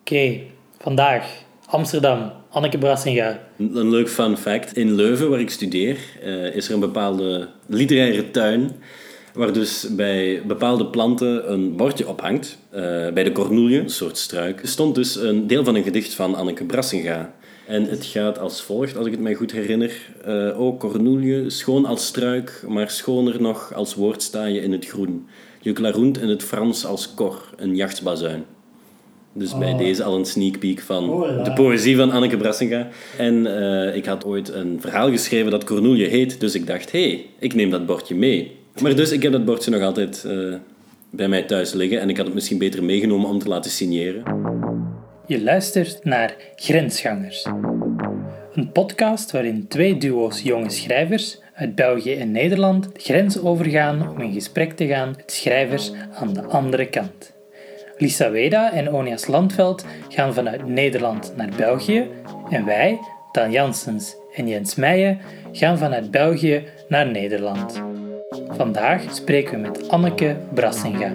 Oké, vandaag Amsterdam, Anneke Brassinga. Een leuk fun fact. In Leuven, waar ik studeer, is er een bepaalde literaire tuin waar dus bij bepaalde planten een bordje ophangt. Bij de Cornoelje, een soort struik, stond dus een deel van een gedicht van Anneke Brassinga. En het gaat als volgt, als ik het mij goed herinner. O Cornoelje, schoon als struik, maar schoner nog als woord sta je in het groen. Je klaroent in het Frans als kor, een jachtsbazuin. Dus bij deze al een sneak peek van de poëzie van Anneke Brassinga. En ik had ooit een verhaal geschreven dat Cornoelje heet, dus ik dacht, ik neem dat bordje mee. Maar dus ik heb dat bordje nog altijd bij mij thuis liggen en ik had het misschien beter meegenomen om te laten signeren. Je luistert naar Grensgangers. Een podcast waarin 2 duo's jonge schrijvers uit België en Nederland de grens overgaan om in gesprek te gaan met schrijvers aan de andere kant. Lisa Weda en Onias Landveld gaan vanuit Nederland naar België en wij, Dan Janssens en Jens Meijen, gaan vanuit België naar Nederland. Vandaag spreken we met Anneke Brassinga.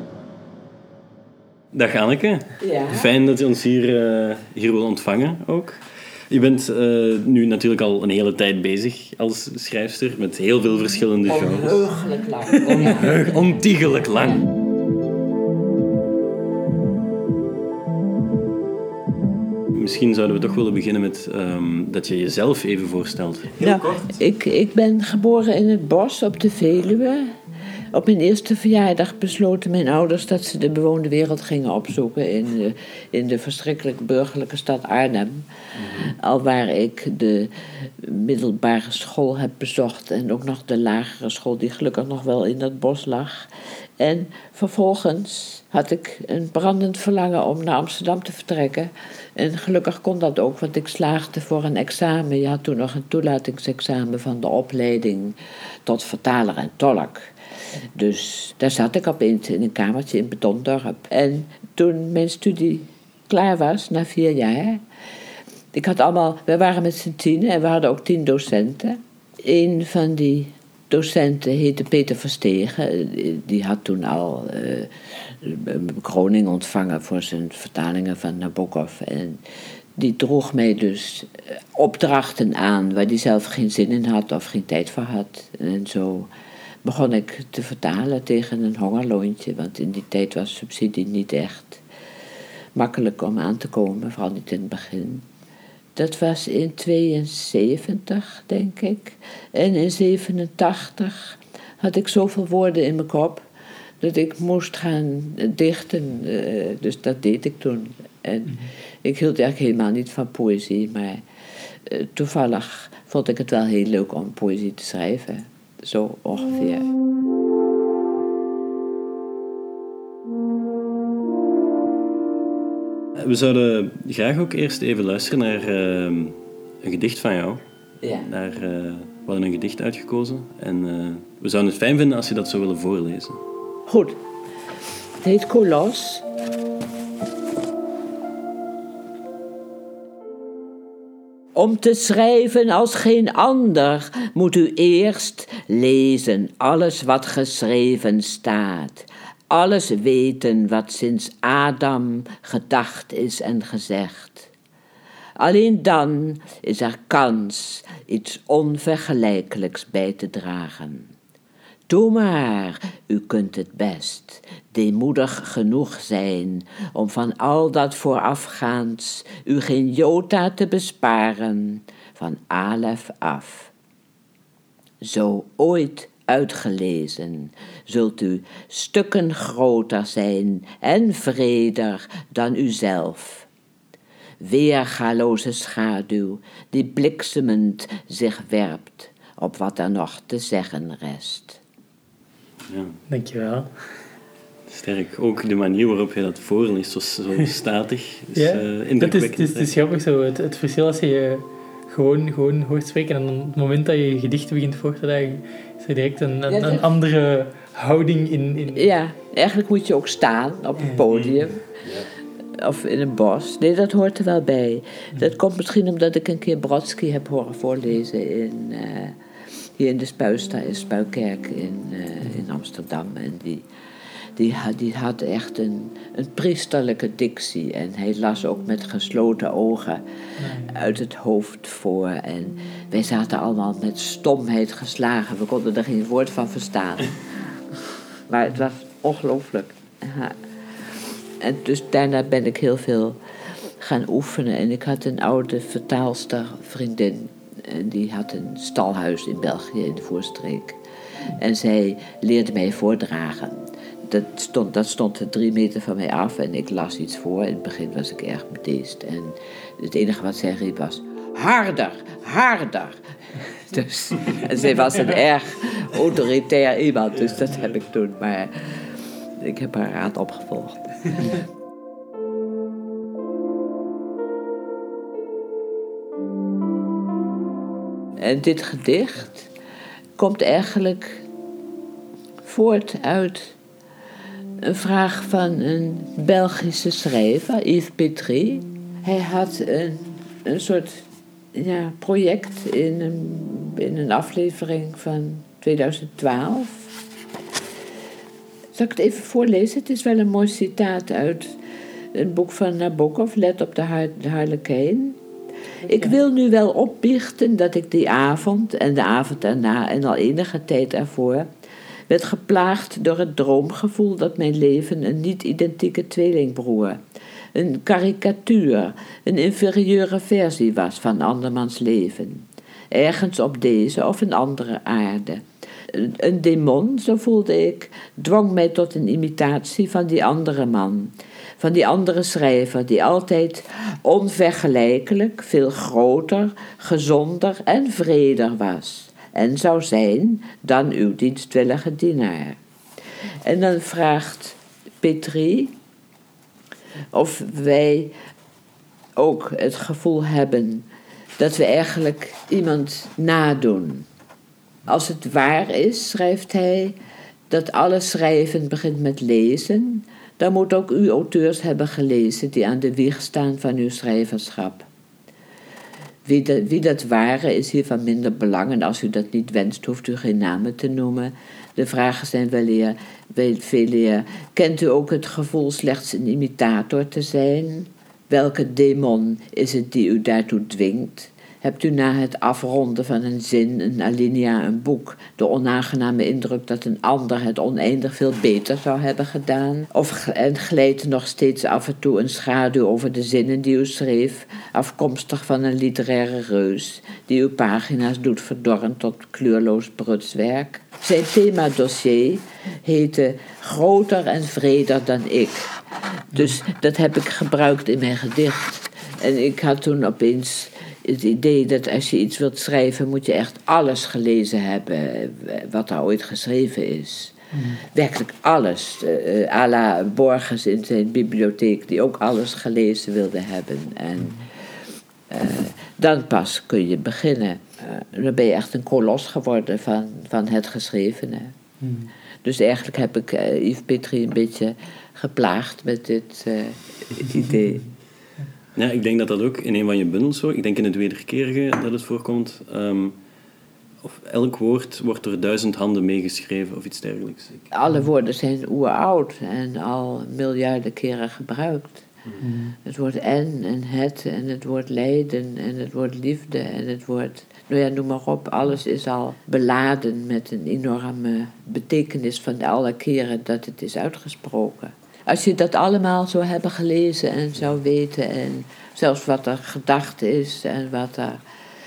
Dag Anneke. Ja. Fijn dat je ons hier wil ontvangen ook. Je bent nu natuurlijk al een hele tijd bezig als schrijfster met heel veel verschillende genres. Onheugelijk lang. Ontiegelijk lang. Misschien zouden we toch willen beginnen met dat je jezelf even voorstelt. Nou, ik ben geboren in het bos op de Veluwe. Op mijn eerste verjaardag besloten mijn ouders dat ze de bewoonde wereld gingen opzoeken in de verschrikkelijk burgerlijke stad Arnhem. Mm-hmm. Alwaar ik de middelbare school heb bezocht en ook nog de lagere school die gelukkig nog wel in dat bos lag. En vervolgens had ik een brandend verlangen om naar Amsterdam te vertrekken. En gelukkig kon dat ook, want ik slaagde voor een examen. Je had toen nog een toelatingsexamen van de opleiding tot vertaler en tolk. Dus daar zat ik opeens in een kamertje in Betondorp. En toen mijn studie klaar was, na 4 jaar... we waren met z'n 10 en we hadden ook 10 docenten. Een van die docenten heette Peter Verstegen. Die had toen al een bekroning ontvangen voor zijn vertalingen van Nabokov. En die droeg mij dus opdrachten aan waar hij zelf geen zin in had of geen tijd voor had. En zo begon ik te vertalen tegen een hongerloontje, want in die tijd was subsidie niet echt makkelijk om aan te komen, vooral niet in het begin. Dat was in 72, denk ik. En in 87 had ik zoveel woorden in mijn kop dat ik moest gaan dichten. Dus dat deed ik toen. En ik hield eigenlijk helemaal niet van poëzie, maar toevallig vond ik het wel heel leuk om poëzie te schrijven. Zo ongeveer. We zouden graag ook eerst even luisteren naar een gedicht van jou. Ja. We hadden een gedicht uitgekozen en we zouden het fijn vinden als je dat zou willen voorlezen. Goed. Het heet Kolos. Om te schrijven als geen ander moet u eerst lezen alles wat geschreven staat. Alles weten wat sinds Adam gedacht is en gezegd. Alleen dan is er kans iets onvergelijkelijks bij te dragen. Doe maar, u kunt het best, deemoedig genoeg zijn om van al dat voorafgaands u geen jota te besparen, van alef af. Zo ooit uitgelezen, zult u stukken groter zijn en vreder dan uzelf. Weergaloze schaduw die bliksemend zich werpt op wat er nog te zeggen rest. Ja. Dankjewel. Sterk. Ook de manier waarop je dat voorleest, zo statig. Is, Ja, indrukwekkend. het is grappig zo. Het verschil als je gewoon hoort spreken en op het moment dat je gedichten begint voor te dragen, is er direct een andere houding in... Ja, eigenlijk moet je ook staan op een podium. Ja. Of in een bos. Nee, dat hoort er wel bij. Dat komt misschien omdat ik een keer Brodsky heb horen voorlezen hier in de Spuikerk in Amsterdam. En Die had echt een priesterlijke dictie. En hij las ook met gesloten ogen uit het hoofd voor. En wij zaten allemaal met stomheid geslagen. We konden er geen woord van verstaan. Maar het was ongelooflijk. Ja. En dus daarna ben ik heel veel gaan oefenen. En ik had een oude vertaalster vriendin. En die had een stalhuis in België, in de Voorstreek. En zij leerde mij voordragen. Dat stond er 3 meter van mij af en ik las iets voor. In het begin was ik erg bedeesd. En het enige wat zij riep was, harder, harder. Dus, en zij was een erg autoritair iemand, dus dat heb ik toen. Maar ik heb haar raad opgevolgd. En dit gedicht komt eigenlijk voort uit een vraag van een Belgische schrijver, Yves Petrie. Hij had een soort project in een aflevering van 2012. Zal ik het even voorlezen? Het is wel een mooi citaat uit een boek van Nabokov, Let op de Harlekijn. Ik wil nu wel opbiechten dat ik die avond en de avond erna en al enige tijd ervoor werd geplaagd door het droomgevoel dat mijn leven een niet-identieke tweelingbroer, een karikatuur, een inferieure versie was van andermans leven. Ergens op deze of een andere aarde. Een demon, zo voelde ik, dwong mij tot een imitatie van die andere man. Van die andere schrijver die altijd onvergelijkelijk, veel groter, gezonder en vreder was. En zou zijn dan uw dienstwillige dienaar. En dan vraagt Petrie of wij ook het gevoel hebben dat we eigenlijk iemand nadoen. Als het waar is, schrijft hij, dat alle schrijven begint met lezen, dan moet ook u auteurs hebben gelezen die aan de wieg staan van uw schrijverschap. Wie dat waren is hier van minder belang en als u dat niet wenst, hoeft u geen namen te noemen. De vragen zijn veel eer. Kent u ook het gevoel slechts een imitator te zijn? Welke demon is het die u daartoe dwingt? Hebt u na het afronden van een zin, een alinea, een boek, de onaangename indruk dat een ander het oneindig veel beter zou hebben gedaan? En glijdt nog steeds af en toe een schaduw over de zinnen die u schreef, afkomstig van een literaire reus, die uw pagina's doet verdorren tot kleurloos prutswerk? Zijn themadossier heette Groter en vreder dan ik. Dus dat heb ik gebruikt in mijn gedicht. En ik had toen opeens het idee dat als je iets wilt schrijven, moet je echt alles gelezen hebben wat er ooit geschreven is. Werkelijk alles. À la Borges in zijn bibliotheek, die ook alles gelezen wilde hebben. En dan pas kun je beginnen. Dan ben je echt een kolos geworden van het geschrevene. Dus eigenlijk heb ik Yves Petrie een beetje geplaagd met dit idee. Ja, ik denk dat ook in een van je bundels zo. Ik denk in het wederkerige dat het voorkomt. Of elk woord wordt door 1000 handen meegeschreven of iets dergelijks. Alle woorden zijn oeroud en al miljarden keren gebruikt. Het woord en het woord lijden en het woord liefde en het woord, noem maar op. Alles is al beladen met een enorme betekenis van alle keren dat het is uitgesproken. Als je dat allemaal zou hebben gelezen en zou weten en zelfs wat er gedacht is en wat er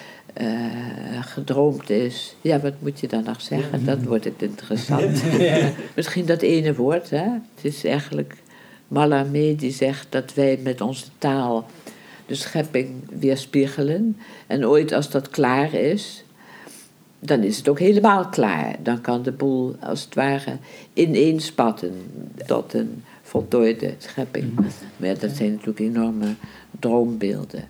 gedroomd is, ja, wat moet je dan nog zeggen? Dat wordt het interessant. Misschien dat ene woord, hè? Het is eigenlijk Mallarmé die zegt dat wij met onze taal de schepping weerspiegelen. En ooit als dat klaar is, dan is het ook helemaal klaar. Dan kan de boel als het ware ineenspatten tot een voltooide schepping. Maar ja, dat zijn natuurlijk enorme droombeelden.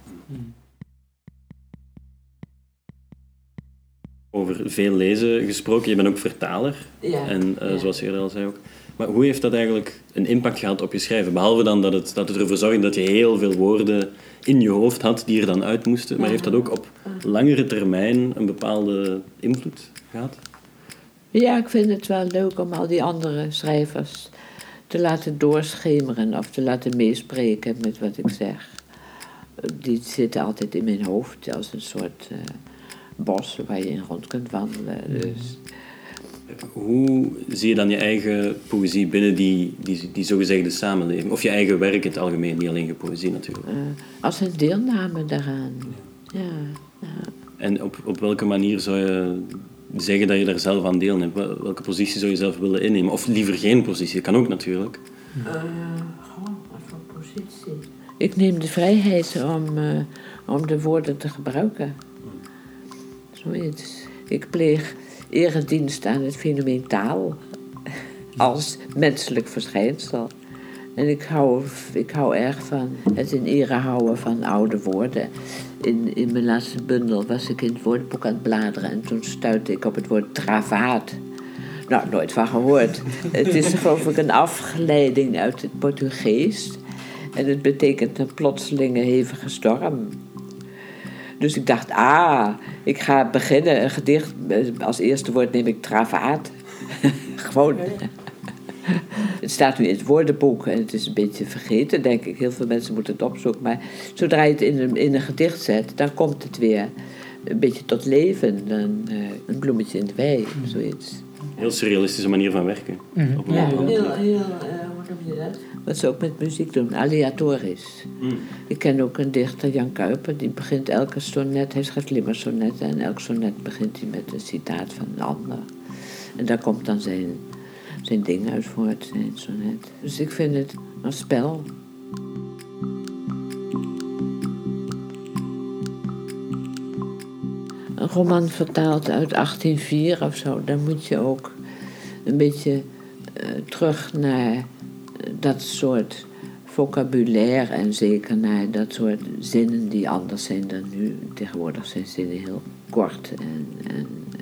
Over veel lezen gesproken, je bent ook vertaler. Ja, en zoals je eerder al zei ook. Maar hoe heeft dat eigenlijk een impact gehad op je schrijven? Behalve dan dat het ervoor zorgde dat je heel veel woorden in je hoofd had die er dan uit moesten. Maar heeft dat ook op langere termijn een bepaalde invloed gehad? Ja, ik vind het wel leuk om al die andere schrijvers te laten doorschemeren of te laten meespreken met wat ik zeg. Die zitten altijd in mijn hoofd als een soort bos waar je in rond kunt wandelen. Dus. Hoe zie je dan je eigen poëzie binnen die zogezegde samenleving? Of je eigen werk in het algemeen, niet alleen je poëzie natuurlijk. Als een deelname daaraan. Ja. En op welke manier zou je zeggen dat je daar zelf aan deelneemt? Welke positie zou je zelf willen innemen? Of liever geen positie, dat kan ook natuurlijk. Wat voor positie? Ik neem de vrijheid om de woorden te gebruiken. Zoiets. Ik pleeg eredienst aan het fenomeen taal als menselijk verschijnsel. En ik hou erg van het in ere houden van oude woorden. In mijn laatste bundel was ik in het woordenboek aan het bladeren en toen stuitte ik op het woord travaat. Nou, nooit van gehoord. Het is geloof ik een afgeleiding uit het Portugees. En het betekent een plotselinge hevige storm. Dus ik dacht, ik ga beginnen, een gedicht. Als eerste woord neem ik travaat. Gewoon. Het staat nu in het woordenboek en het is een beetje vergeten, denk ik. Heel veel mensen moeten het opzoeken. Maar zodra je het in een gedicht zet, dan komt het weer een beetje tot leven. Dan een bloemetje in de wei, zoiets. Heel surrealistische manier van werken. Ja, hoe noem je dat? Wat ze ook met muziek doen, aleatorisch. Ik ken ook een dichter, Jan Kuiper, die begint elke sonnet, hij schrijft limmersonetten en elk sonnet begint hij met een citaat van een ander. En daar komt dan zijn ding uit voort, zijn sonnet. Dus ik vind het een spel. Een roman vertaald uit 1804 of zo, dan moet je ook een beetje terug naar dat soort vocabulaire en zeker naar dat soort zinnen die anders zijn dan nu. Tegenwoordig zijn zinnen heel kort en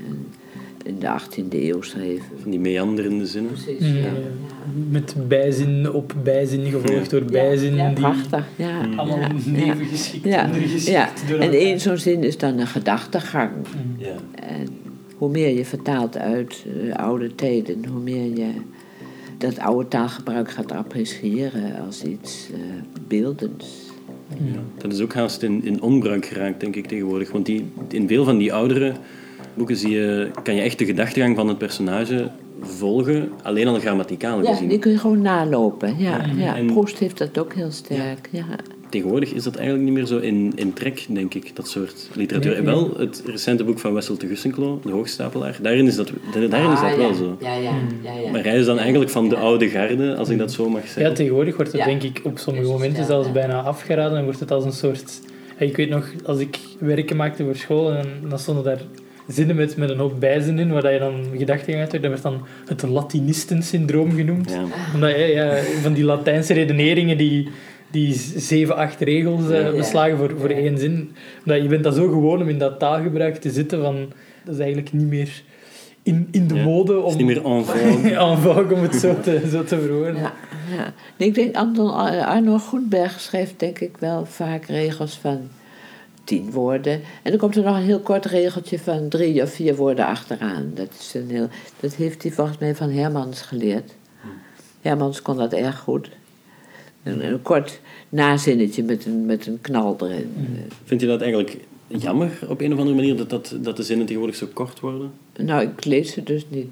in de 18e eeuw schreven. Van die meanderende zinnen. Precies, ja. Met bijzin op bijzin, gevolgd door bijzin. Ja, die prachtig. Ja, allemaal nevengeschikt, ondergeschikt. Ja. Door En elkaar. één zo'n zin is dan een gedachtegang. Ja. En hoe meer je vertaalt uit oude tijden, hoe meer je dat oude taalgebruik gaat appreciëren als iets beeldends. Ja. Dat is ook haast in onbruik geraakt, denk ik, tegenwoordig. Want in veel van die oudere boeken kan je echt de gedachtegang van het personage volgen, alleen al grammaticaal Ja, gezien. die kun je gewoon nalopen. Ja. En Proust heeft dat ook heel sterk. Ja. tegenwoordig is dat eigenlijk niet meer zo in trek, denk ik, dat soort literatuur. Nee. En wel het recente boek van Wessel de Gussenklo, De Hoogstapelaar, daarin is dat wel zo. Ja. Maar hij is dan eigenlijk van de oude garde, als ik dat zo mag zeggen. Ja, tegenwoordig wordt het Ja. denk ik op sommige Is het momenten wel, zelfs ja. bijna afgeraden en wordt het als een soort... Ik weet nog, als ik werken maakte voor school en dan stonden daar zinnen met een hoop bijzinnen in, waar je dan gedachtegang uit werd, dat werd dan het Latinistensyndroom genoemd. Ja. Omdat van die Latijnse redeneringen die 7, 8 regels beslagen voor één zin. Omdat je bent dat zo gewoon om in dat taalgebruik te zitten van... Dat is eigenlijk niet meer in de mode om... Het is niet meer en vogue. en vogue om het zo te verwoorden. Ja. Nee, ik denk, Arno Goedberg schrijft denk ik wel vaak regels van 10 woorden. En dan komt er nog een heel kort regeltje van 3 of 4 woorden achteraan. Dat heeft hij volgens mij van Hermans geleerd. Hermans kon dat erg goed. Een kort nazinnetje met een knal erin. Vind je dat eigenlijk jammer op een of andere manier, dat de zinnen tegenwoordig zo kort worden? Nou, ik lees ze dus niet.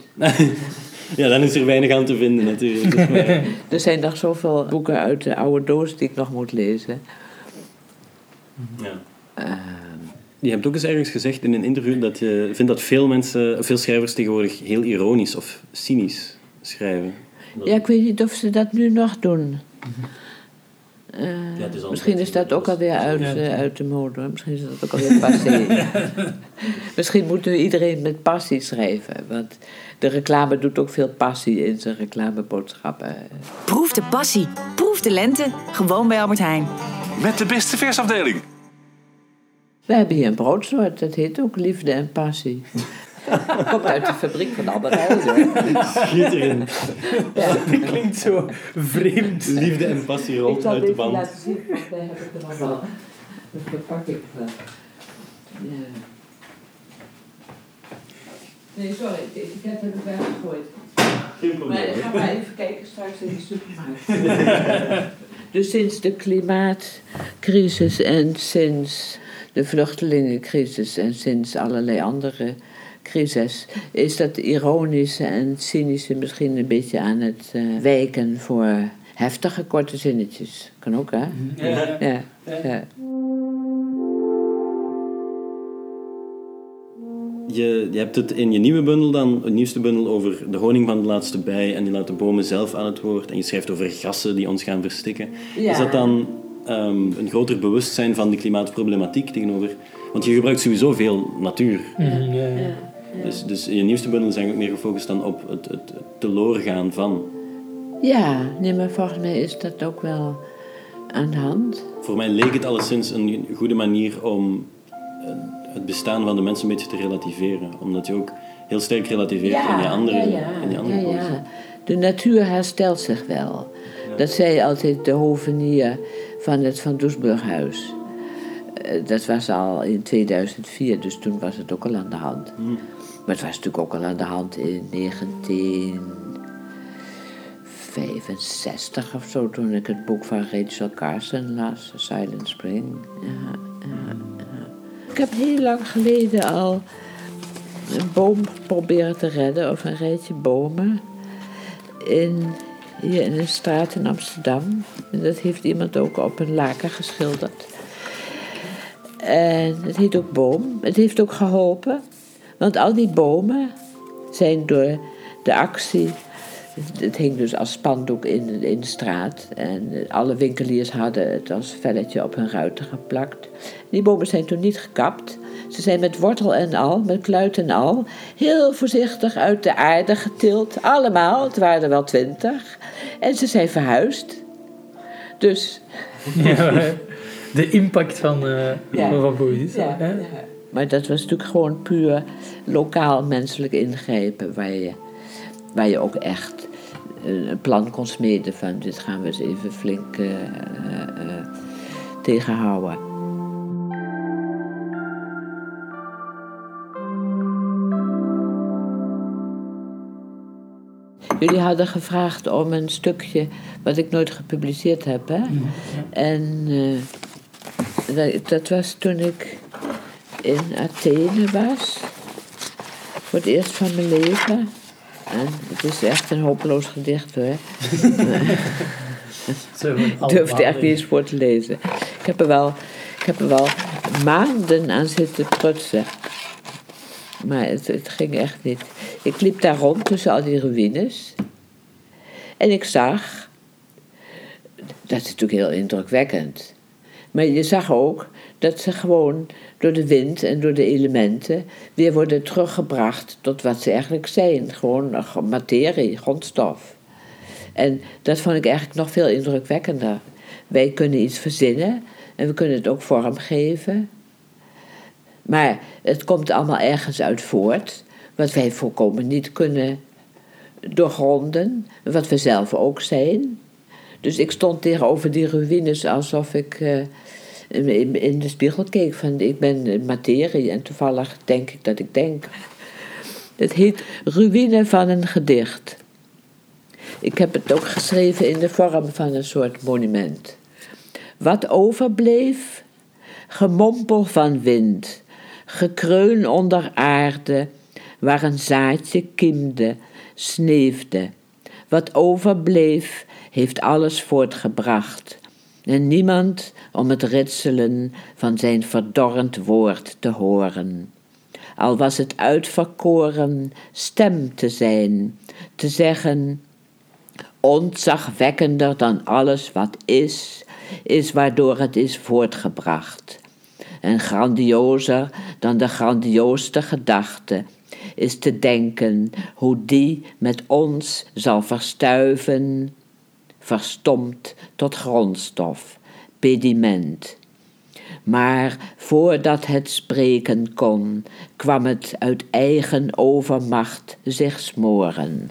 Ja, dan is er weinig aan te vinden natuurlijk. Dus maar... Er zijn nog zoveel boeken uit de oude doos die ik nog moet lezen. Ja. Je hebt ook eens ergens gezegd in een interview dat je vindt dat veel schrijvers tegenwoordig heel ironisch of cynisch schrijven. Ja, ik weet niet of ze dat nu nog doen. het is altijd Misschien is dat ook alweer Ja. uit de mode. Hoor. Misschien is dat ook alweer passé. Misschien moet nu iedereen met passie schrijven. Want de reclame doet ook veel passie in zijn reclameboodschappen. Proef de passie. Proef de lente. Gewoon bij Albert Heijn. Met de beste versafdeling. We hebben hier een broodsoort, dat heet ook liefde en passie. Het komt uit de fabriek van Albert Heijn. Schitterend. Dat klinkt zo vreemd. Liefde en passie rolt uit de band. laten zien, want wij hebben er nog wel een verpakking van. Ja. Nee, sorry, ik heb het er weggegooid. Geen probleem. Maar ga maar even kijken straks in de supermarkt. Dus sinds de klimaatcrisis en sinds de vluchtelingencrisis en sinds allerlei andere crisis is dat ironische en cynische misschien een beetje aan het wijken voor heftige korte zinnetjes. Kan ook, hè? Ja. Je hebt het in je nieuwe bundel dan, het nieuwste bundel, over de honing van de laatste bij en je laat de bomen zelf aan het woord en je schrijft over gassen die ons gaan verstikken. Ja. Is dat dan een groter bewustzijn van de klimaatproblematiek tegenover... Want je gebruikt sowieso veel natuur. Dus in je nieuwste bundel zijn we ook meer gefocust dan op het teloorgaan van. Ja, nee, maar volgens mij is dat ook wel aan de hand. Voor mij leek het alleszins een goede manier om het bestaan van de mensen een beetje te relativeren. Omdat je ook heel sterk relativeert in die andere post. De natuur herstelt zich wel. Ja. Dat zei altijd de hovenier van het Van Doesburghuis. Dat was al in 2004, dus toen was het ook al aan de hand. Maar het was natuurlijk ook al aan de hand in 1965 of zo, toen ik het boek van Rachel Carson las, Silent Spring. Ja. Ik heb heel lang geleden al een boom proberen te redden, of een rijtje bomen, hier in een straat in Amsterdam. En dat heeft iemand ook op een laken geschilderd. En het heet ook Boom. Het heeft ook geholpen. Want al die bomen zijn door de actie... Het hing dus als spandoek in de straat. En alle winkeliers hadden het als velletje op hun ruiten geplakt. Die bomen zijn toen niet gekapt. Ze zijn met wortel en al, met kluit en al... heel voorzichtig uit de aarde getild. Allemaal, het waren er wel 20. En ze zijn verhuisd. Dus... Ja, de impact van Boeis. Ja. Maar dat was natuurlijk gewoon puur lokaal menselijk ingrijpen... waar je ook echt een plan kon smeden van... dit gaan we eens even flink tegenhouden. Jullie hadden gevraagd om een stukje wat ik nooit gepubliceerd heb, hè? En dat was toen ik in Athene was. Voor het eerst van mijn leven. En het is echt een hopeloos gedicht, hoor. Ik durfde er echt niet eens voor te lezen. Ik heb er wel maanden aan zitten prutsen. Maar het ging echt niet. Ik liep daar rond tussen al die ruïnes. En ik zag... Dat is natuurlijk heel indrukwekkend. Maar je zag ook dat ze gewoon door de wind en door de elementen... weer worden teruggebracht tot wat ze eigenlijk zijn. Gewoon materie, grondstof. En dat vond ik eigenlijk nog veel indrukwekkender. Wij kunnen iets verzinnen en we kunnen het ook vormgeven. Maar het komt allemaal ergens uit voort... wat wij volkomen niet kunnen doorgronden. Wat we zelf ook zijn. Dus ik stond tegenover die ruïnes alsof ik in de spiegel keek. Van ik ben materie en toevallig denk ik dat ik denk. Het heet Ruïne van een gedicht. Ik heb het ook geschreven in de vorm van een soort monument. Wat overbleef? Gemompel van wind. Gekreun onder aarde, waar een zaadje kiemde, sneefde. Wat overbleef, heeft alles voortgebracht. En niemand om het ritselen van zijn verdorrend woord te horen. Al was het uitverkoren stem te zijn, te zeggen... ontzagwekkender dan alles wat is waardoor het is voortgebracht. En grandiozer dan de grandioosste gedachte is te denken hoe die met ons zal verstuiven, verstompt tot grondstof, pediment. Maar voordat het spreken kon, kwam het uit eigen overmacht zich smoren.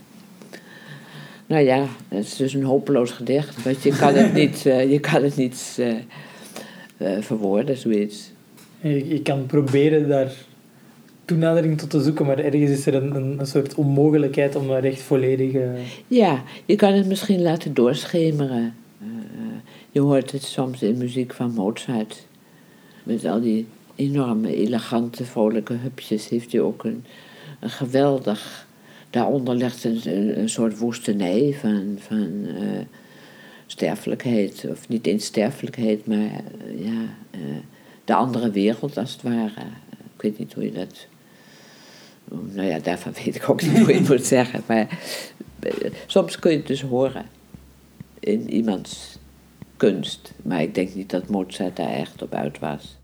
Nou ja, het is dus een hopeloos gedicht, want je kan het niet verwoorden, zoiets. Je kan proberen daar toenadering tot te zoeken, maar ergens is er een soort onmogelijkheid om er echt volledig... Ja, je kan het misschien laten doorschemeren. Je hoort het soms in muziek van Mozart. Met al die enorme, elegante, vrolijke hupjes heeft hij ook een geweldig... Daaronder ligt een soort woestenij van sterfelijkheid. Of niet eens sterfelijkheid, maar de andere wereld als het ware. Ik weet niet hoe je dat... Nou ja, daarvan weet ik ook niet hoe je het moet zeggen. Maar soms kun je het dus horen in iemands kunst. Maar ik denk niet dat Mozart daar echt op uit was.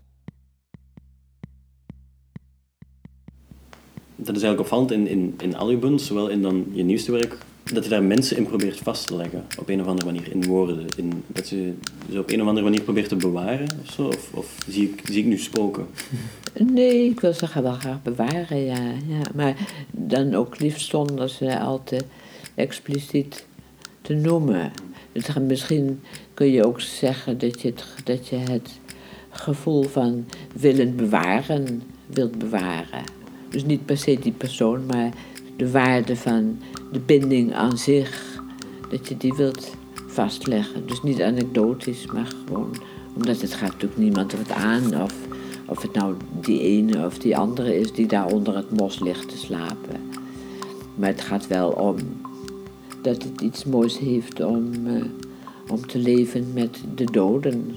Dat is eigenlijk opvallend in al je bundels, zowel in dan je nieuwste werk, dat je daar mensen in probeert vast te leggen. Op een of andere manier, in woorden. Dat je ze op een of andere manier probeert te bewaren of zo. Of zie ik nu spoken? Nee, ik wil ze wel graag bewaren, ja. Maar dan ook liefst zonder ze al te expliciet te noemen. Dus misschien kun je ook zeggen dat je het gevoel van willen bewaren wilt bewaren. Dus niet per se die persoon, maar de waarde van de binding aan zich. Dat je die wilt vastleggen. Dus niet anekdotisch, maar gewoon... Omdat het gaat natuurlijk niemand wat aan. Of het nou die ene of die andere is die daar onder het mos ligt te slapen. Maar het gaat wel om dat het iets moois heeft om te leven met de doden.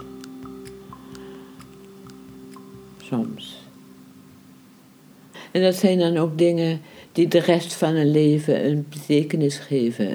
Soms. En dat zijn dan ook dingen die de rest van een leven een betekenis geven.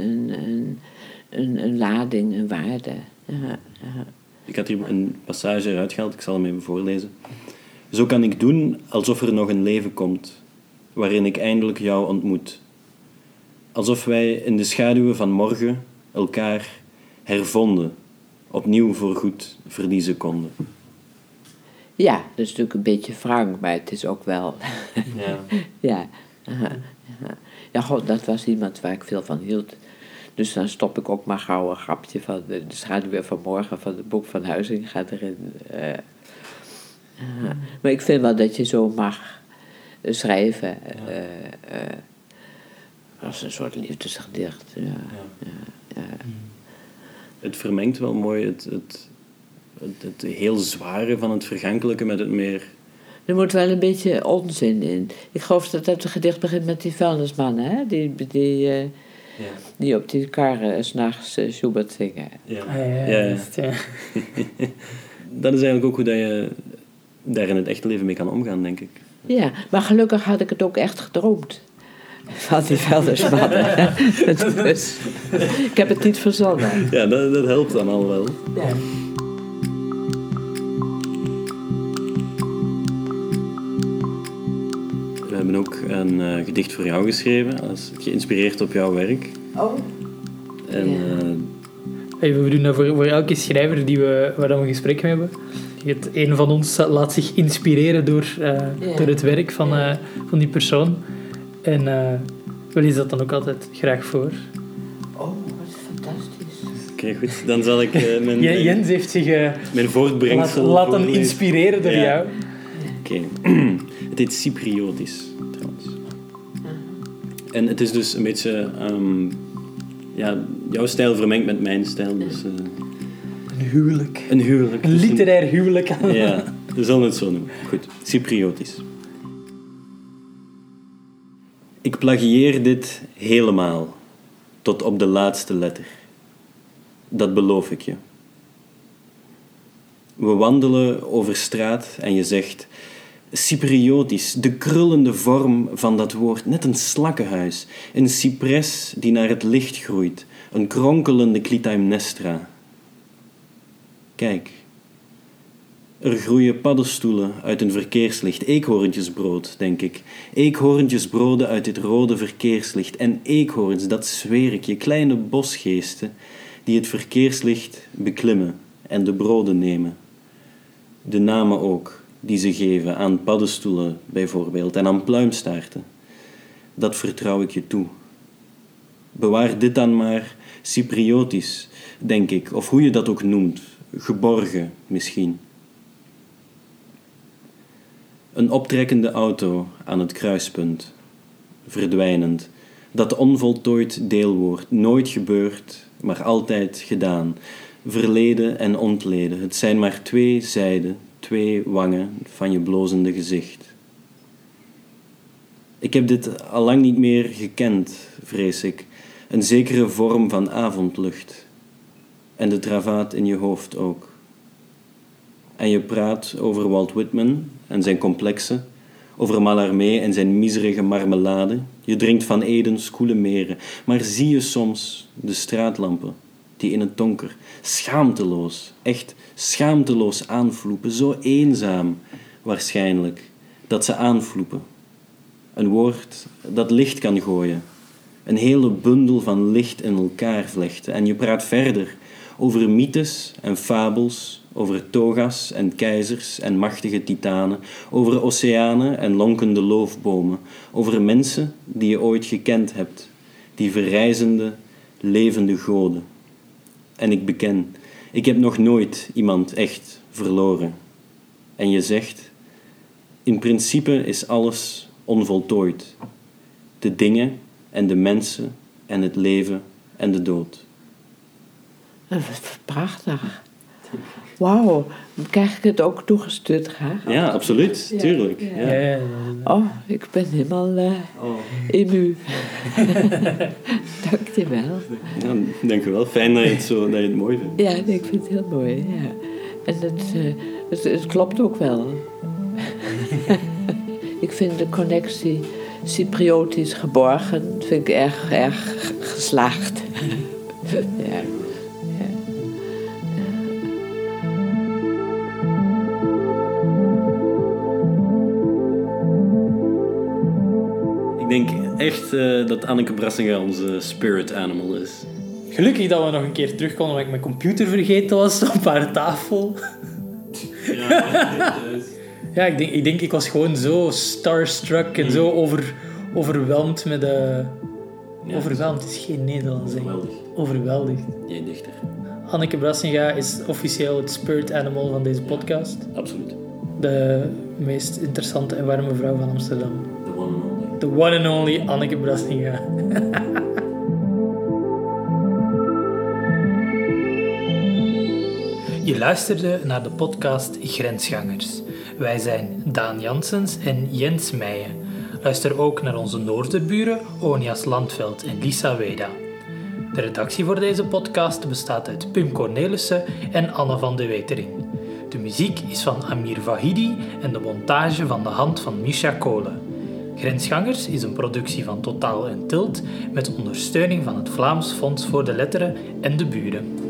Een lading, een waarde. Ja. Ik had hier een passage eruit gehaald, ik zal hem even voorlezen. Zo kan ik doen alsof er nog een leven komt, waarin ik eindelijk jou ontmoet. Alsof wij in de schaduwen van morgen elkaar hervonden, opnieuw voorgoed verliezen konden. Ja, dat is natuurlijk een beetje wrang, maar het is ook wel... Ja. Ja, god, dat was iemand waar ik veel van hield. Dus dan stop ik ook maar gauw een grapje van de schaduwen van morgen van het boek van Huizinga erin. Maar ik vind wel dat je zo mag schrijven. Als een soort liefdesgedicht. Ja. Het vermengt wel mooi het heel zware van het vergankelijke met het meer... Er moet wel een beetje onzin in. Ik geloof dat het gedicht begint met die vuilnismannen, hè? Die op die kar 's nachts Schubert zingen. Ja. Ja. Dat is eigenlijk ook hoe dat je daar in het echte leven mee kan omgaan, denk ik. Ja, maar gelukkig had ik het ook echt gedroomd. Van die vuilnismannen. Dus, ik heb het niet verzonnen. Ja, dat helpt dan al wel. Ja. We hebben ook een gedicht voor jou geschreven, geïnspireerd op jouw werk. Oh. En, We doen dat voor elke schrijver waar we een gesprek mee hebben. Een van ons laat zich inspireren door het werk van die persoon. En we lezen dat dan ook altijd graag voor. Oh, wat fantastisch. Oké, goed. Dan zal ik Jens heeft zich mijn voortbrengsel laten voorlezen. inspireren door jou. Oké. Het heet Cypriotisch, trouwens. En het is dus een beetje... jouw stijl vermengd met mijn stijl. Dus, Een huwelijk. een huwelijk. Een literair huwelijk. Ja, we zullen het zo noemen. Goed, Cypriotisch. Ik plagieer dit helemaal, tot op de laatste letter. Dat beloof ik je. We wandelen over straat en je zegt... Cypriotisch, de krullende vorm van dat woord, net een slakkenhuis. Een cypres die naar het licht groeit. Een kronkelende Clytemnestra. Kijk. Er groeien paddenstoelen uit een verkeerslicht. Eekhoorntjesbrood, denk ik. Eekhoorntjesbroden uit dit rode verkeerslicht. En eekhoorns, dat zweer ik je, kleine bosgeesten die het verkeerslicht beklimmen en de broden nemen. De namen ook die ze geven aan paddenstoelen bijvoorbeeld en aan pluimstaarten. Dat vertrouw ik je toe. Bewaar dit dan maar Cypriotisch, denk ik, of hoe je dat ook noemt, geborgen misschien. Een optrekkende auto aan het kruispunt. Verdwijnend. Dat onvoltooid deelwoord. Nooit gebeurd, maar altijd gedaan. Verleden en ontleden. Het zijn maar 2 zijden, 2 wangen van je blozende gezicht. Ik heb dit allang niet meer gekend, vrees ik. Een zekere vorm van avondlucht. En de travaat in je hoofd ook. En je praat over Walt Whitman en zijn complexen, over Mallarmé en zijn miserige marmelade. Je drinkt van Edens koele meren, maar zie je soms de straatlampen die in het donker schaamteloos, echt schaamteloos aanvloepen, zo eenzaam waarschijnlijk, dat ze aanvloepen. Een woord dat licht kan gooien, een hele bundel van licht in elkaar vlechten. En je praat verder over mythes en fabels, over toga's en keizers en machtige titanen, over oceanen en lonkende loofbomen, over mensen die je ooit gekend hebt, die verrijzende, levende goden. En ik beken, ik heb nog nooit iemand echt verloren. En je zegt, in principe is alles onvoltooid. De dingen en de mensen en het leven en de dood. Prachtig. Wauw, krijg ik het ook toegestuurd graag? Ja, absoluut, tuurlijk. Ja. Oh, ik ben helemaal emu. Dank je wel. Ja, dank je wel. Fijn dat je het mooi vindt. Ja, nee, ik vind het heel mooi. Ja. En het klopt ook wel. Ik vind de connectie Cypriotisch geborgen, vind ik erg geslaagd. Ja. Ik denk echt dat Anneke Brassinga onze spirit animal is. Gelukkig dat we nog een keer terugkomen omdat ik mijn computer vergeten was op haar tafel. Ja, ik was gewoon zo starstruck en zo overweldigd met de... Ja. Overweldigd is geen Nederlands. Overweldigd. Jij dichter. Anneke Brassinga is officieel het spirit animal van deze podcast. Absoluut. De meest interessante en warme vrouw van Amsterdam. The one and only. The one and only Anneke Brassinga. Je luisterde naar de podcast Grensgangers. Wij zijn Daan Janssens en Jens Meijen. Luister ook naar onze noorderburen Onias Landveld en Lisa Weda. De redactie voor deze podcast bestaat uit Pim Cornelissen en Anne van de Wetering. De muziek is van Amir Vahidi en de montage van de hand van Misha Kolen. Grensgangers is een productie van Totaal en Tilt met ondersteuning van het Vlaams Fonds voor de Letteren en de Buren.